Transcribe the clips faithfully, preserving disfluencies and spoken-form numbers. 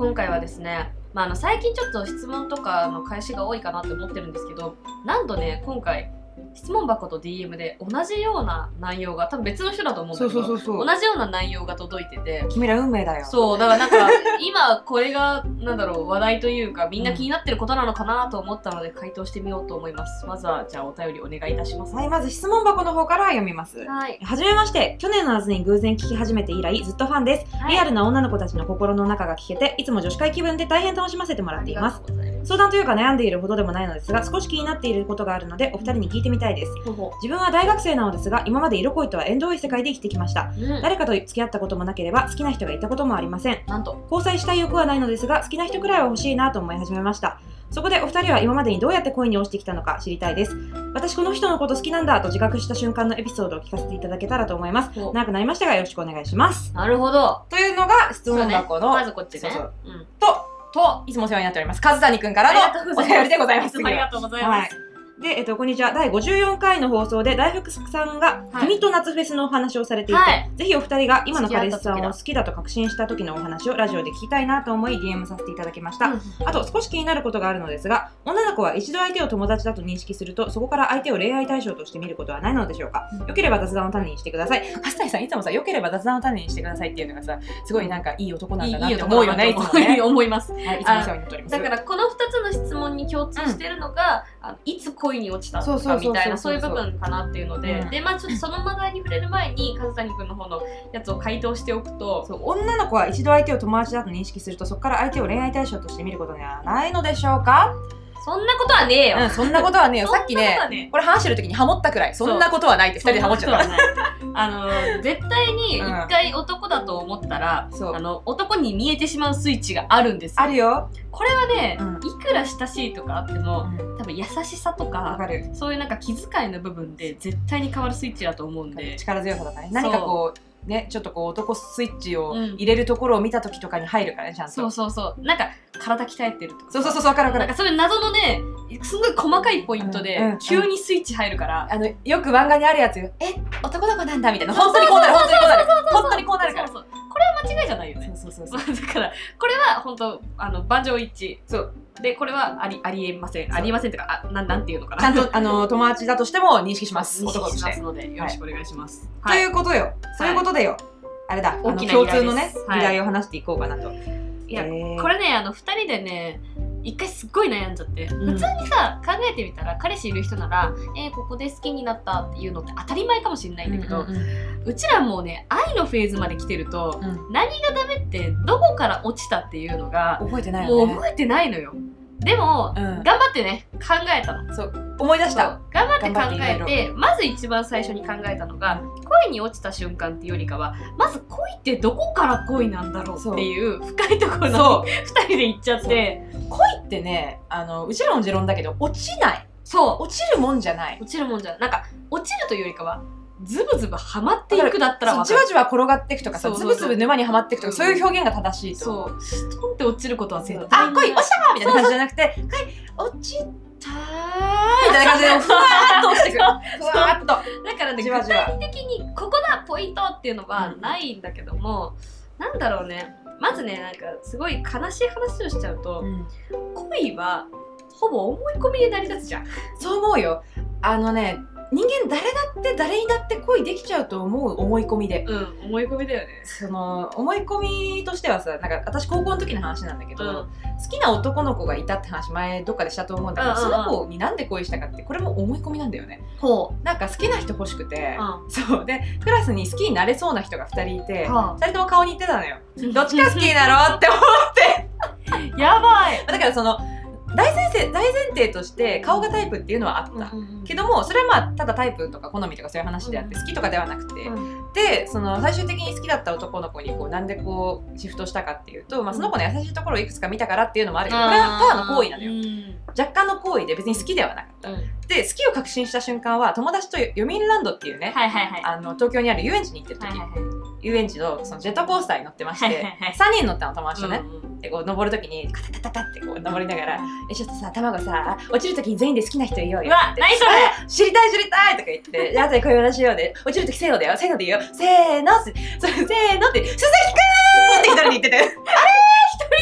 今回はですね、まあ、あの最近ちょっと質問とかの返しが多いかなって思ってるんですけど、なんとね今回質問箱と ディーエム で同じような内容が、多分別の人だと思うんだけど、同じような内容が届いてて、 君ら運命だよ。 そうだからなんか今これがなんだろう話題というかみんな気になってることなのかなと思ったので回答してみようと思います。まずはじゃあお便りお願いいたします。 はい、まず質問箱の方から読みます。 はい。 はじめまして。去年の夏に偶然聞き始めて以来ずっとファンです。はい、リアルな女の子たちの心の中が聞けて、いつも女子会気分で大変楽しませてもらっています。相談というか悩んでいるほどでもないのですが、少し気になっていることがあるのでお二人に聞いてみたいです。ほほ自分は大学生なのですが、今まで色恋とは縁遠い世界で生きてきました。うん、誰かと付き合ったこともなければ好きな人がいたこともありません。なんと交際したい欲はないのですが、好きな人くらいは欲しいなと思い始めました。そこでお二人は今までにどうやって恋に落ちてきたのか知りたいです。私この人のこと好きなんだと自覚した瞬間のエピソードを聞かせていただけたらと思います。長くなりましたがよろしくお願いします。 なるほど。 というのが質問箱の、 ね、まずこっちね。そうそう、うん、 とといつもお世話になっております和谷くんからのお便りでございます。 ありがとうございます。 で、えっと、こんにちは。だいごじゅうよんかいの放送で大福さんが君と夏フェスのお話をされていて、はい、ぜひお二人が今の彼氏さんを好きだと確信した時のお話をラジオで聞きたいなと思い ディーエム させていただきました。うん、あと少し気になることがあるのですが、女の子は一度相手を友達だと認識すると、そこから相手を恋愛対象として見ることはないのでしょうか。うん、よければ雑談の種にしてください。和谷さんいつもさ、よければ雑談の種にしてくださいっていうのがさ、すごいなんかいい男なんだなって思うよね。いつもね。思います。はい、いつもお世話になっております。 だからこのふたつの質問に共通しているのが、うん、あのいつ恋に落ちたのかみたいな、そういう部分かなっていうので、うん、でまあちょっとその話題に触れる前に和谷くんの方のやつを回答しておくと、 そう女の子は一度相手を友達だと認識すると、そこから相手を恋愛対象として見ることにはないのでしょうか。 そんなことはねえよ。 うん、そんなことはねえよ。さっきね、これ話してる時にハモったくらい、そんなことはないってふたりでハモっちゃった。 あの絶対に一回男だと思ったら、うん、あの男に見えてしまうスイッチがあるんですよ。 あるよ。 これはね、うん、いくら親しいとかあっても、うん、多分優しさとか、かそういうなんか気遣いの部分で絶対に変わるスイッチだと思うんで。 力強さとかね。何かこう。ね、ちょっとこう男スイッチを入れるところを見た時とかに入るからね、ちゃんと。 そうそうそう。なんか体鍛えてるとか。 そうそうそう、わかるわかる。 なんかそういう謎のね、すごい細かいポイントで急にスイッチ入るから。 あのよく漫画にあるやつよ。え、男の子なんだみたいな。本当にこうなる、本当にこうなる。本当にこうなるから。これは間違いじゃないよね。そうそうそう。だからこれは本当あの盤上一致。そう。でこれはありありえません。ありえませんとか、あ、なんなんていうのかな。 ちゃんとあの友達だとしても認識します。 男として。認識しますのでよろしくお願いします。 ということよ。そういうことでよ。あれだ、大きな共通のね、議題を話していこうかなと。 いや、これね、あのふたりでね、一回すっごい悩んじゃって、普通にさ考えてみたら彼氏いる人なら「えー、ここで好きになった」っていうのって当たり前かもしれないんだけど、うちらもうね愛のフェーズまで来てると、うん、何がダメってどこから落ちたっていうのが覚えてないよね。 もう覚えてないのよ。でも、うん、頑張ってね考えたの。 そう思い出した。 頑張って考えて、まず一番最初に考えたのが、恋に落ちた瞬間っていうよりかは、まず恋ってどこから恋なんだろうっていう深いところにふたりで行っちゃって、 恋ってね、あのうちらの持論だけど落ちない。 そう、 落ちるもんじゃない。 落ちるもんじゃない。なんか落ちるというよりかはズブズブはまっていくだったら分かる。 じわじわ転がっていくとかさ、ズブズブ沼にはまっていくとか、そういう表現が正しいと。 そう、ストンって落ちることは絶対あ、恋落ちたみたいな感じじゃなくて、恋落ちたーみたいな感じでふわーっと落ちてくる。ふわーっと。だからね、具体的にここだポイントっていうのはないんだけども、なんだろうね。まずね、なんかすごい悲しい話をしちゃうと、恋はほぼ思い込みで成り立つじゃん。 そう思うよ。あのね、人間誰だって誰にだって恋できちゃうと思う、思い込みで。 うん、思い込みだよね。 その思い込みとしてはさ、なんか私高校の時の話なんだけど、うん、好きな男の子がいたって話前どっかでしたと思うんだけど、その子になんで恋したかってこれも思い込みなんだよね。ほう。なんか好きな人欲しくて、うん、そうでクラスに好きになれそうな人がふたりいて、うん、ふたりとも顔に言ってたのよ。どっちが好きになろうって思って。 やばい。 だからその大前提、大前提として顔がタイプっていうのはあったけども、それはまあただタイプとか好みとかそういう話であって、好きとかではなくて、でその最終的に好きだった男の子にこうなんでこうシフトしたかっていうと、まあ、その子の優しいところをいくつか見たからっていうのもあるけど、これはただの行為なのよ。若干の行為で別に好きではなかった。で好きを確信した瞬間は友達とよみんランドっていうね、あの東京にある遊園地に行ってる時、遊園地のそのジェットコースターに乗ってまして、さんにん乗ったの友達とね。でこう登るときにカタタタタってこう登りながら「えちょっとさ卵さ落ちるときに全員で好きな人いようよ」って「 何それ知りたい知りたい」とか言って「あとで恋話しようで落ちるときせーのだよせーのでいいよせーの」それせーのって「鈴木くーん!」って一人で言ってて「あれー一人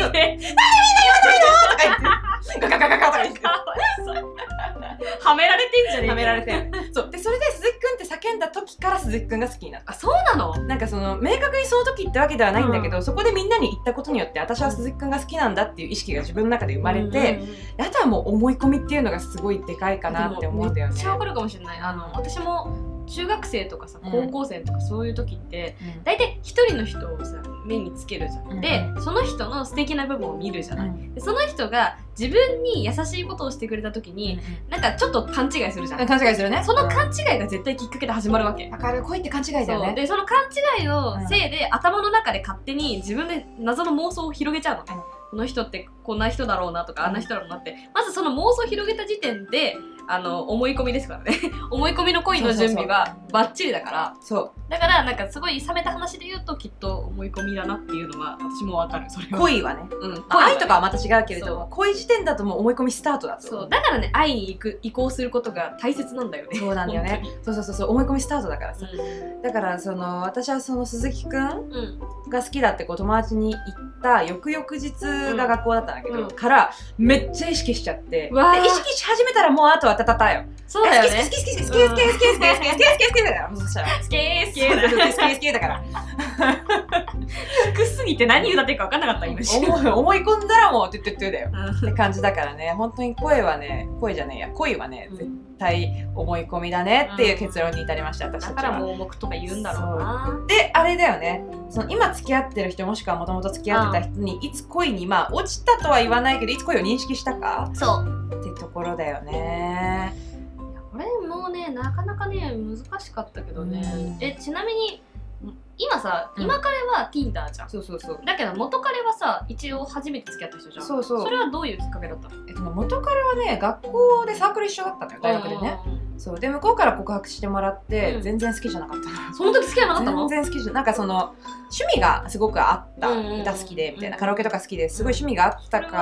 そうで「なんでみんな言わないの?」とか言ってガガガガガとか言ってはめられてんじゃねえか。 はめられてそうでそれで鈴木くんって叫んだ時から鈴木くんが好きになった。 あ、そうなの？ なんかその明確にその時ってわけではないんだけど、うん、そこでみんなに言ったことによって私は鈴木くんが好きなんだっていう意識が自分の中で生まれて、あとはもう思い込みっていうのがすごいでかいかなって思うんだよね。 めっちゃわかるかもしれない。あの私も中学生とかさ高校生とかそういう時って大体一人の人をさ目につけるじゃん。でその人の素敵な部分を見るじゃない。でその人が自分に優しいことをしてくれた時になんかちょっと勘違いするじゃん。 勘違いするね。 その勘違いが絶対きっかけで始まるわけ。 わかる。恋って勘違いだよね。 でその勘違いのせいで頭の中で勝手に自分で謎の妄想を広げちゃうのね。この人ってこんな人だろうなとかあんな人だろうなってまずその妄想を広げた時点であの思い込みですからね思い込みの恋の準備はバッチリだから。そうだからなんかすごい冷めた話で言うときっと思い込みだなっていうのは私もわかる。それは恋はね、うん、愛とかはまた違うけれど恋時点だともう思い込みスタートだと。 そうだからね愛に行く移行することが大切なんだよね。 そうなんだよねそうそうそうそう思い込みスタートだからさ、うん、だからその私はその鈴木くんが好きだってこう友達に言った翌々日が学校だったんだけど、うん、からめっちゃ意識しちゃって、で意識し始めたらもうあとはタタタよ。 そうだよね。 好き好き好き好き好き好き好き好き好き好き好き好きだから。そしたら好き好き好き好きだから。 低すぎて何歌ってるか分かんなかった今。 思い込んだらもうトゥトゥトゥだよって感じだからね。本当に声はね声じゃねえや恋はね絶対思い込みだねっていう結論に至りました私たちは。 だから盲目とか言うんだろうな。 であれだよね。その今付き合ってる人もしくはもともと付き合ってた人にいつ恋にまあ落ちたとは言わないけどいつ恋を認識したか。 そうってところだよね。 これもうねなかなかね難しかったけどね。えちなみに今さ、うん、今彼は Tinder じゃん。 そうそうそう。 だけど元彼はさ一応初めて付き合った人じゃん。そうそう。それはどういうきっかけだったの？ えっと元彼はね学校でサークル一緒だったのよ大学でね。そうで向こうから告白してもらって、うん、全然好きじゃなかった。 その時好きじゃなかったの？ 全然好きじゃなんかその趣味がすごくあった、うんうん、歌好きでみたいなカラオケとか好きですごい趣味があったから、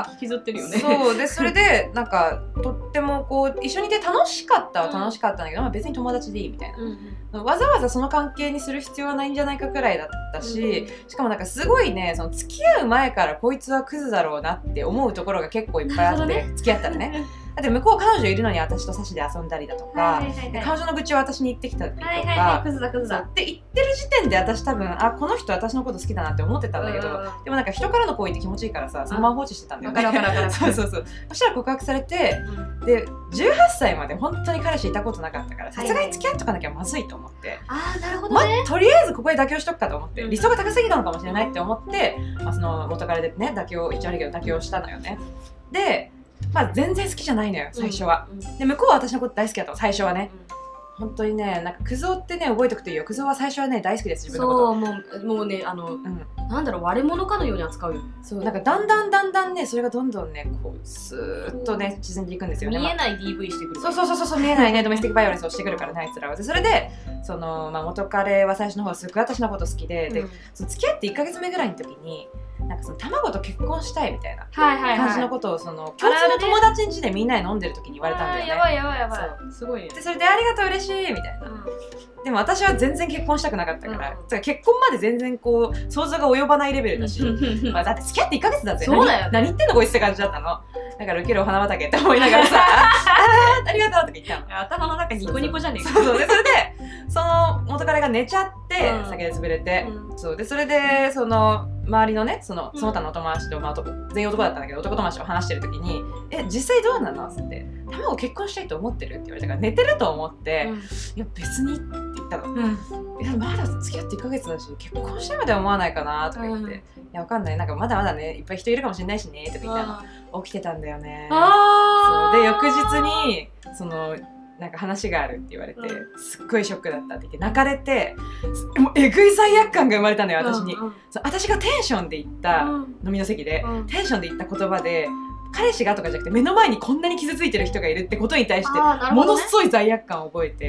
引きずってるよね。 そうでそれでなんかとってもこう一緒にいて楽しかったは楽しかったんだけど、まあ、別に友達でいいみたいな、うんうん、わざわざその関係にする必要はないんじゃないかくらいだったし、うん、しかもなんかすごいねその付き合う前からこいつはクズだろうなって思うところが結構いっぱいあって、ね、付き合ったらね。だって向こう彼女いるのに私とサシで遊んだりだとか、彼女の愚痴を私に言ってきたりとか、はいはいはい、クズだクズだって言ってる時点で私多分あこの人私のこと好きだなって思ってたんだけど、でもなんか人からの行為って気持ちいいからさそのまま放置してたんだよね。そうそうそう。そしたら告白されて、うん、でじゅうはっさいまで本当に彼氏いたことなかったからさすがに付き合っとかなきゃまずいと思って、 あーなるほどね、 ま、とりあえずここで妥協しとくかと思って、うん、理想が高すぎたのかもしれないって思って、まあ、その元彼でね妥協一応あるけど妥協したのよね。でまあ全然好きじゃないのよ最初は、うんうん、で向こうは私のこと大好きだったの最初はね、うん、本当にねなんかクゾってね覚えておくといいよ。クゾは最初はね大好きです自分のこと。 そうもうもうねあの、うん、なんだろう割れ物かのように扱うよ。 そうなんかだんだんだんだんねそれがどんどんねこうスーッとね沈んでいくんですよね。 見えない ディーブイ してくる。 そうそうそうそう見えないねドメスティックバイオレンスをしてくるからねあいつらは。でそれでその、まあ、元彼は最初の方すごく私のこと好きで、うん、でその付き合っていっかげつめぐらいの時になんかその卵と結婚したいみたいな感じのことをその共通の友達ん家でみんなで飲んでる時に言われたんだよね。 やばいやばいやばい。すごいね。 でそれでありがとう嬉しいみたいな、うん、でも私は全然結婚したくなかったから、うん、結婚まで全然こう想像が及ばないレベルだしまあだって付き合っていっかげつだぜ。 そうだよ、ね、 何, 何言ってんのこいつって感じだったの。だから受けるお花畑って思いながらさあーありがとうとか言ったの。 頭の中ニコニコじゃねえか。 そうそうでそれでその元彼が寝ちゃって、うん、酒で潰れて、うん、そうでそれでその周りのねそのその他のお友達と、まあ、全員男だったんだけど男友達と話してる時に「え実際どうなの?」っつって「卵結婚したいと思ってる?」って言われたから寝てると思って「うん、いや別に」って言ったの。うん、いやまだ付き合っていっかげつだし結婚したいまでは思わないかなとか言って、うん、いやわかんないなんかまだまだねいっぱい人いるかもしれないしねとか言ったの。起きてたんだよね。 あそうで翌日にそのなんか話があるって言われて、うん、すっごいショックだったって言って泣かれてもうえぐい罪悪感が生まれたのよ私に、うんうん、そう私がテンションで言った、うん、飲みの席で、うん、テンションで言った言葉で彼氏がとかじゃなくて目の前にこんなに傷ついてる人がいるってことに対して、ね、ものすごい罪悪感を覚えて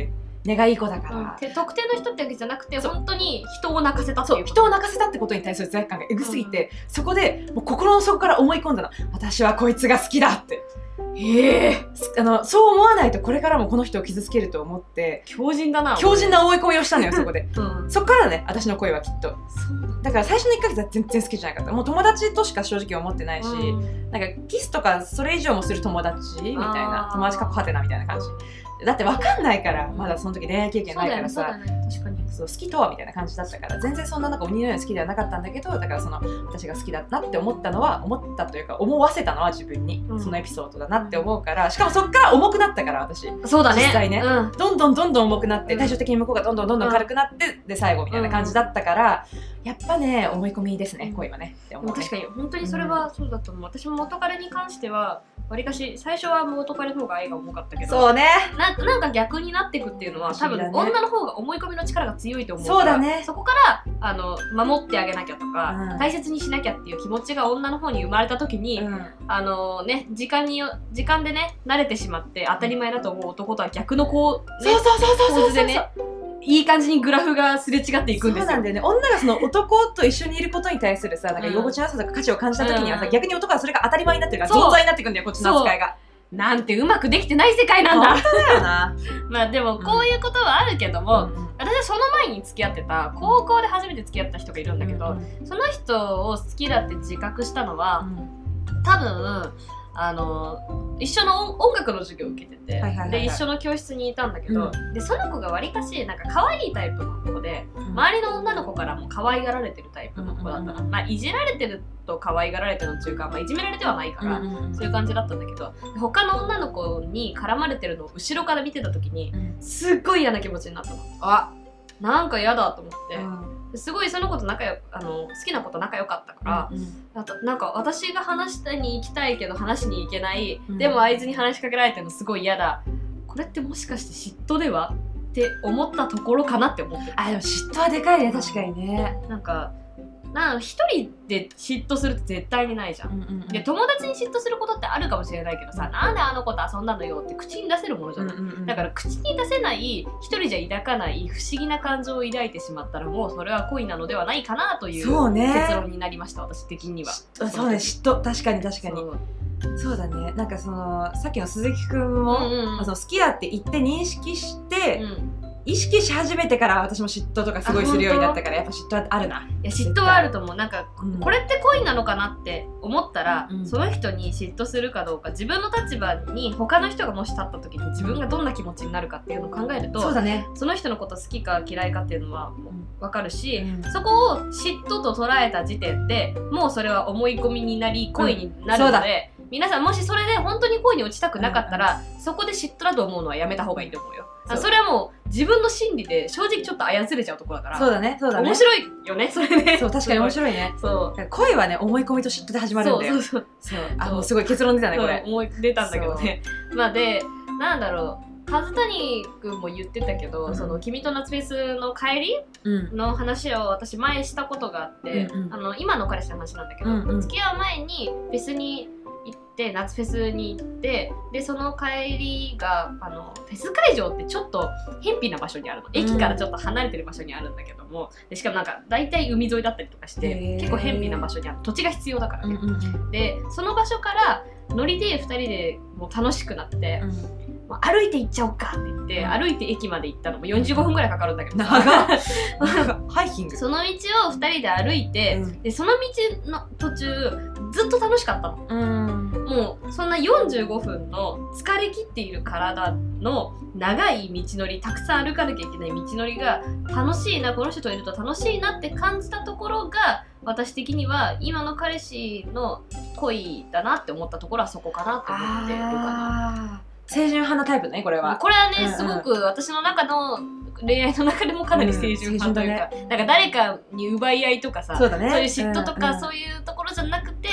根がいい子だから、 うん、で特定の人ってわけじゃなくて本当に人を泣かせたっていうこと、 人を泣かせたってことに対する罪悪感がえぐすぎて、うん、そこでもう心の底から思い込んだの、私はこいつが好きだって。ええー、あのそう思わないとこれからもこの人を傷つけると思って強靭だな、 強靭な思い込みをしたのよそこで、うん、そっからね私の恋はきっと。だから最初のいっかげつは全然好きじゃなかった。もう友達としか正直思ってないし、うん、なんかキスとかそれ以上もする友達みたいな、友達かっこはてなみたいな感じだって分かんないから、まだその時恋愛経験ないからさ、 そうだよね、そうだね、確かにそう好きとはみたいな感じだったから、全然そんななんか鬼のように好きではなかったんだけど、だからその私が好きだなって思ったのは、思ったというか思わせたのは自分に、うん、そのエピソードだなって思うから、しかもそっから重くなったから私、 そうだね、 実際ね、うん、どんどんどんどん重くなって、 うん、 対照的に向こうがどんどんどんどん軽くなって、うん、で最後みたいな感じだったから、やっぱね思い込みですね、うん、恋はねって思うね。 確かに本当にそれはそうだと思う、うん、私も元彼に関してはわりかし最初は元彼の方が愛が重かったけど、 そうね、 な, なんか逆になっていくっていうのは、多分女の方が思い込みの力が強いと思うから、そうだね、そこからあの守ってあげなきゃとか、うん、大切にしなきゃっていう気持ちが女の方に生まれた時に、うん、あのね時間に時間でね慣れてしまって当たり前だと思う男とは逆のこう、ね、構図でねいい感じにグラフがすれ違っていくんですよ。 そうなんだよね。女がその男と一緒にいることに対するさ、なんか居心地の良さとか価値を感じた時にはさ、うん、逆に男はそれが当たり前になってるから、存在になっていくんだよ、こっちの扱いが。 なんてうまくできてない世界なんだ。 本当だよな。 まあでもこういうことはあるけども、うん、私はその前に付き合ってた、高校で初めて付き合った人がいるんだけど、うん、その人を好きだって自覚したのは、うん、多分あの一緒の音楽の授業を受けてて、で一緒の教室にいたんだけど、うん、でその子がわりかしなんか可愛いタイプの子で、うん、周りの女の子からも可愛がられてるタイプの子だったの、うんうん、まあいじられてると可愛がられてるっていうか、まあ、いじめられてはないから、うんうん、そういう感じだったんだけど、他の女の子に絡まれてるのを後ろから見てた時に、うん、すっごい嫌な気持ちになったの。あ、なんか嫌だと思って、うん、すごいその子と仲良あの好きな子と仲良かったから、うんうん、あとなんか私が話したに行きたいけど話しに行けない、うん、でもあいつに話しかけられてるのすごい嫌だ、これってもしかして嫉妬ではって思ったところかなって思って。 あ、でも嫉妬はでかいね、確かにね。 なんかなん一人で嫉妬するって絶対にないじゃん、うんうんうん、で友達に嫉妬することってあるかもしれないけどさ、なんであの子と遊んだのよって口に出せるものじゃない、うんうんうん、だから口に出せない一人じゃ抱かない不思議な感情を抱いてしまったら、もうそれは恋なのではないかなという結論になりました、私的には。 そうね、嫉妬、確かに確かに。そうそうだね。なんかそのさっきの鈴木くんも、うんうん、まあ、その好きだって言って認識して、うん、意識し始めてから私も嫉妬とかすごいするようになったから、やっぱ嫉妬はあるな。いや嫉妬はあると思う。なんか、うん、これって恋なのかなって思ったら、うん、その人に嫉妬するかどうか、自分の立場に他の人がもし立った時に自分がどんな気持ちになるかっていうのを考えると、 そうだね、 その人のこと好きか嫌いかっていうのは分かるし、うん、そこを嫉妬と捉えた時点でもうそれは思い込みになり恋になるので、うん、皆さんもしそれで本当に恋に落ちたくなかったら、うん、そこで嫉妬だと思うのはやめた方がいいと思うよ。そ, それはもう自分の心理で正直ちょっと操れちゃうところだから。 そうだね、そうだね。 面白いよね、それね。 そう、確かに面白いね。そう。恋はね、思い込みと嫉妬で始まるんだよ。そうそうそう。そう、あ、もうすごい結論出たね、これ。 思い出たんだけどね。まあで、なんだろう、和谷くんも言ってたけど、うん、その君と夏フェスの帰り、うん、の話を私前したことがあって、うんうん、あの今の彼氏の話なんだけど、うんうん、付き合う前にフェスに行って夏フェスに行って、でその帰りがあのフェス会場ってちょっと偏僻な場所にあるの、駅からちょっと離れてる場所にあるんだけども、でしかもなんか大体海沿いだったりとかして結構偏僻な場所にある、土地が必要だからね、うんうん、でその場所から乗りでふたりでもう楽しくなって、うん、もう歩いて行っちゃおうかって言って、うん、歩いて駅まで行ったのもよんじゅうごふんぐらいかかるんだけど、長ハイキング。 その道をふたりで歩いて、うん、でその道の途中ずっと楽しかったの、うん、もうそんなよんじゅうごふんの疲れ切っている体の長い道のり、たくさん歩かなきゃいけない道のりが楽しいな、この人といると楽しいなって感じたところが、私的には今の彼氏の恋だなって思ったところはそこかなって思ってるかな。 清純派なタイプね、これは。 これはね、うんうん、すごく私の中の恋愛の中でもかなり清純派というか、うんね、なんか誰かに奪い合いとかさ、そうだね、そういう嫉妬とか、うんうん、そういうところじゃなくて、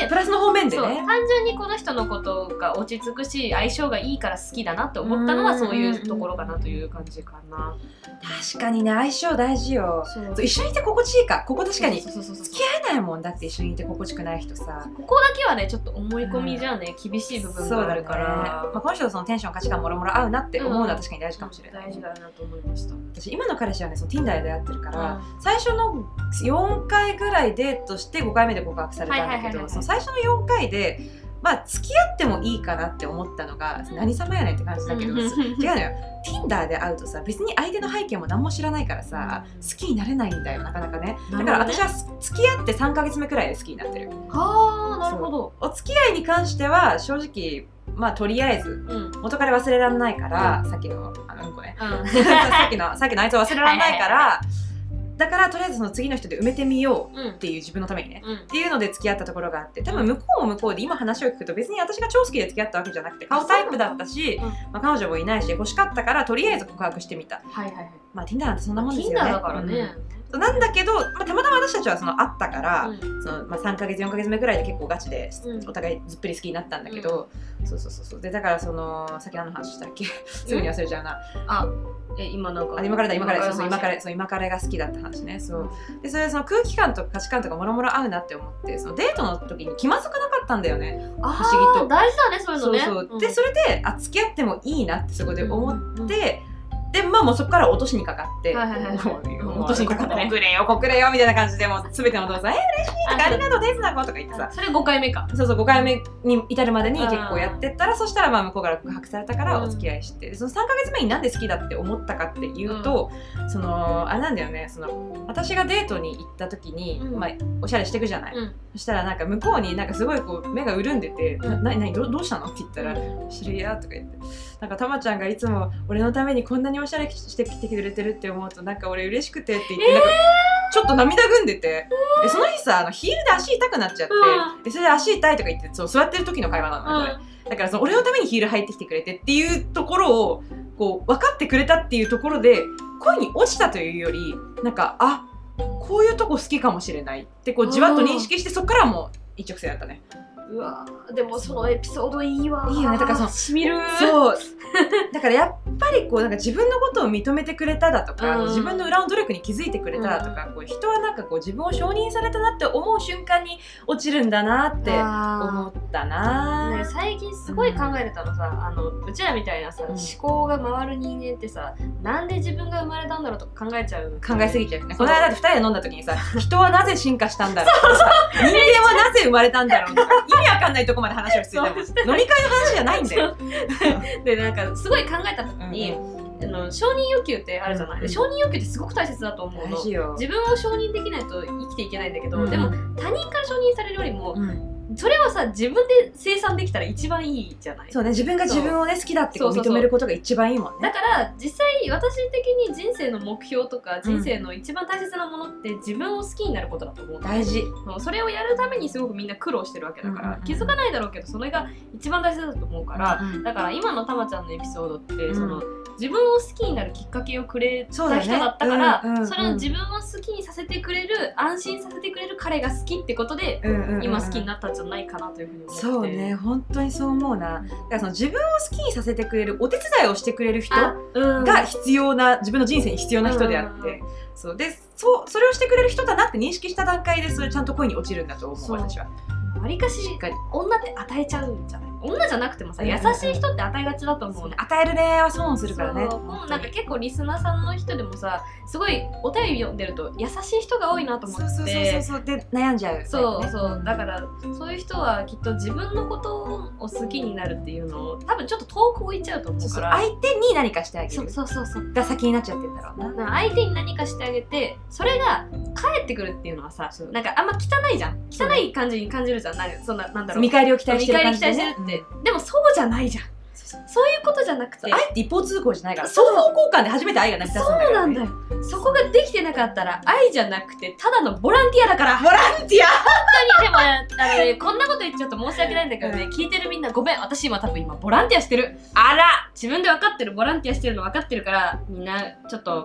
てプラスの方面でね単純にこの人のことが落ち着くし相性がいいから好きだなって思ったのはそういうところかなという感じかな。 確かにね相性大事よ。一緒にいて心地いいかここ確かに付き合えないもんだって一緒にいて心地くない人さここだけはねちょっと思い込みじゃね、うん、厳しい部分があるから、ねまあ、 この人とそのテンション価値観もろもろ合うなって思うのは確かに大事かもしれない、 うん、大事だなと思いました。 私今の彼氏はねその Tinder で出会ってるから、うん、最初のよんかいぐらいデートしてごかいめで告白されたんだけどその最初のよんかいでまあ付き合ってもいいかなって思ったのが何様やねんって感じだけど違うのよ Tinder で会うとさ別に相手の背景も何も知らないからさ好きになれないんだよなかなかね。だから私は付き合ってさんかげつめくらいで好きになってる。 はあなるほど。 お付き合いに関しては正直まあとりあえず、うん、元彼忘れられないから、うん、さっきのあのうんこね、うん、さっきのさっきのあいつを忘れられないからだからとりあえずその次の人で埋めてみようっていう、うん、自分のためにね、うん、っていうので付き合ったところがあって多分向こうも向こうで今話を聞くと別に私が超好きで付き合ったわけじゃなくて顔タイプだったし、うんまあ、彼女もいないし欲しかったからとりあえず告白してみた。 はいはいはい。 まあ Tinder なんてそんなもんですよね。 Tinder だからね、 うん、なんだけど、まあ、たまたま私たちはその会ったから、うんそのまあ、さんかげつよんかげつめくらいで結構ガチで、うん、お互いずっぷり好きになったんだけど、うん、そうそうそうそうでだからそのさっき何の話したっけすぐに忘れちゃうな。 あえ今なんかあ今からだ今からそうそう今からそう今からが好きだった話ね。そうでそれでその空気感とか価値観とかもろもろ合うなって思ってそのデートの時に気まずくなかったんだよね。不思議と大事だねそういうのね。 そうそう、うん、でそれであ付き合ってもいいなってそこで思って、うんうん、でまあもうそこから落としにかかって、落としにかかってね、告れよ告れよみたいな感じでもう全てのお父さん「え嬉しい」とか「ありがとうですなこ」とか言ってさそれごかいめか。 そうそうごかいめに至るまでに結構やってったらそしたらまあ向こうから告白されたからお付き合いして、でそのさんかげつめになんで好きだって思ったかっていうと、うん、そのあれなんだよねその私がデートに行った時に、うんまあ、おしゃれしていくじゃない、うん、そしたらなんか向こうになんかすごいこう目が潤んでて「うん、ななどどうしたの?」って言ったら「知りや」とか言ってなんかたまちゃんがいつも俺のためにこんなにおしゃれしてきてくれてるって思うとなんか俺嬉しくてって言って、えー、なんかちょっと涙ぐんでて、えー、でその日さあのヒールで足痛くなっちゃって、うん、でそれで足痛いとか言ってそう座ってる時の会話なのね、うん、だからその俺のためにヒール履いてきてくれてっていうところをこう分かってくれたっていうところで恋に落ちたというよりなんかあこういうとこ好きかもしれないってこうじわっと認識してそこからもう一直線だったね。 うわでもそのエピソードいいわいいよね。だからそのしみるそうだからやっぱりこうなんか自分のことを認めてくれただとか、うん、自分の裏の努力に気づいてくれただとか、うん、こう人はなんかこう自分を承認されたなって思う瞬間に落ちるんだなって思ったな、 ね、最近すごい考えてたのさ、うん、あのうちらみたいなさ、うん、思考が回る人間ってさなんで自分が生まれたんだろうとか考えちゃう考えすぎちゃうね。この間だってふたりで飲んだ時にさ人はなぜ進化したんだろうとかさ人間はなぜ生まれたんだろうとか意味わかんないとこまで話をしてたもん飲み会の話じゃないんだよでなんかすごい考えた時に、うん、あの承認欲求ってあるじゃない、うん、承認欲求ってすごく大切だと思うの。自分を承認できないと生きていけないんだけど、うん、でも他人から承認されるよりも、うんそれはさ自分で生産できたら一番いいじゃない。 そうね自分が自分をね好きだってこう認めることが一番いいもんね。 だから実際私的に人生の目標とか人生の一番大切なものって自分を好きになることだと思う、ね、 大事。 それをやるためにすごくみんな苦労してるわけだから、うんうんうん、気づかないだろうけどそれが一番大切だと思うから、うんうん、だから今のたまちゃんのエピソードって、うん、その自分を好きになるきっかけをくれた人だったから そ,、ねうんうんうん、それを自分を好きにさせてくれる安心させてくれる彼が好きってことで、うんうんうん、今好きになったんじゃないかなというふうにそうね本当にそう思うな。だからその自分を好きにさせてくれるお手伝いをしてくれる人が必要な自分の人生に必要な人であって、そうでそうそれをしてくれる人だなって認識した段階でそれちゃんと恋に落ちるんだと思う私は。 わりかし女って与えちゃうんじゃない。女じゃなくてもさ、うん、優しい人って与えがちだと思うね。 与えるねは損するからね。 そうなんか結構リスナーさんの人でもさすごいお便り読んでると優しい人が多いなと思って。 そうそうそうそうで悩んじゃう、ね、 そうそうだからそういう人はきっと自分のことを好きになるっていうのを多分ちょっと遠く置いちゃうと思うから相手に何かしてあげるそうそうそうそうが先になっちゃってるんだろうな。 相手に何かしてあげてそれが返ってくるっていうのはさなんかあんま汚いじゃん。汚い感じに感じるじゃん。なんそんななんだろう見返りを期待してる感じで、ね、 見返り期待してるって、うん、でもそうじゃないじゃん。そういうことじゃなくて愛って一方通行じゃないから双方交換で初めて愛が成り立つんだから、ね、 そうなんだよ。そこができてなかったら愛じゃなくてただのボランティアだから。 ボランティア本当にでもあの、ね、こんなこと言っちゃうと申し訳ないんだけどね、うん、聞いてるみんなごめん私今多分今ボランティアしてる。あら自分で分かってるボランティアしてるの分かってるからみんなちょっと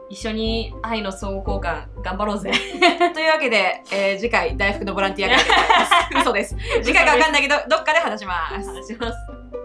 一緒に愛の相互交換頑張ろうぜというわけで、えー、次回大福のボランティア会でございます嘘です次回が分かんないけどどっかで話します話します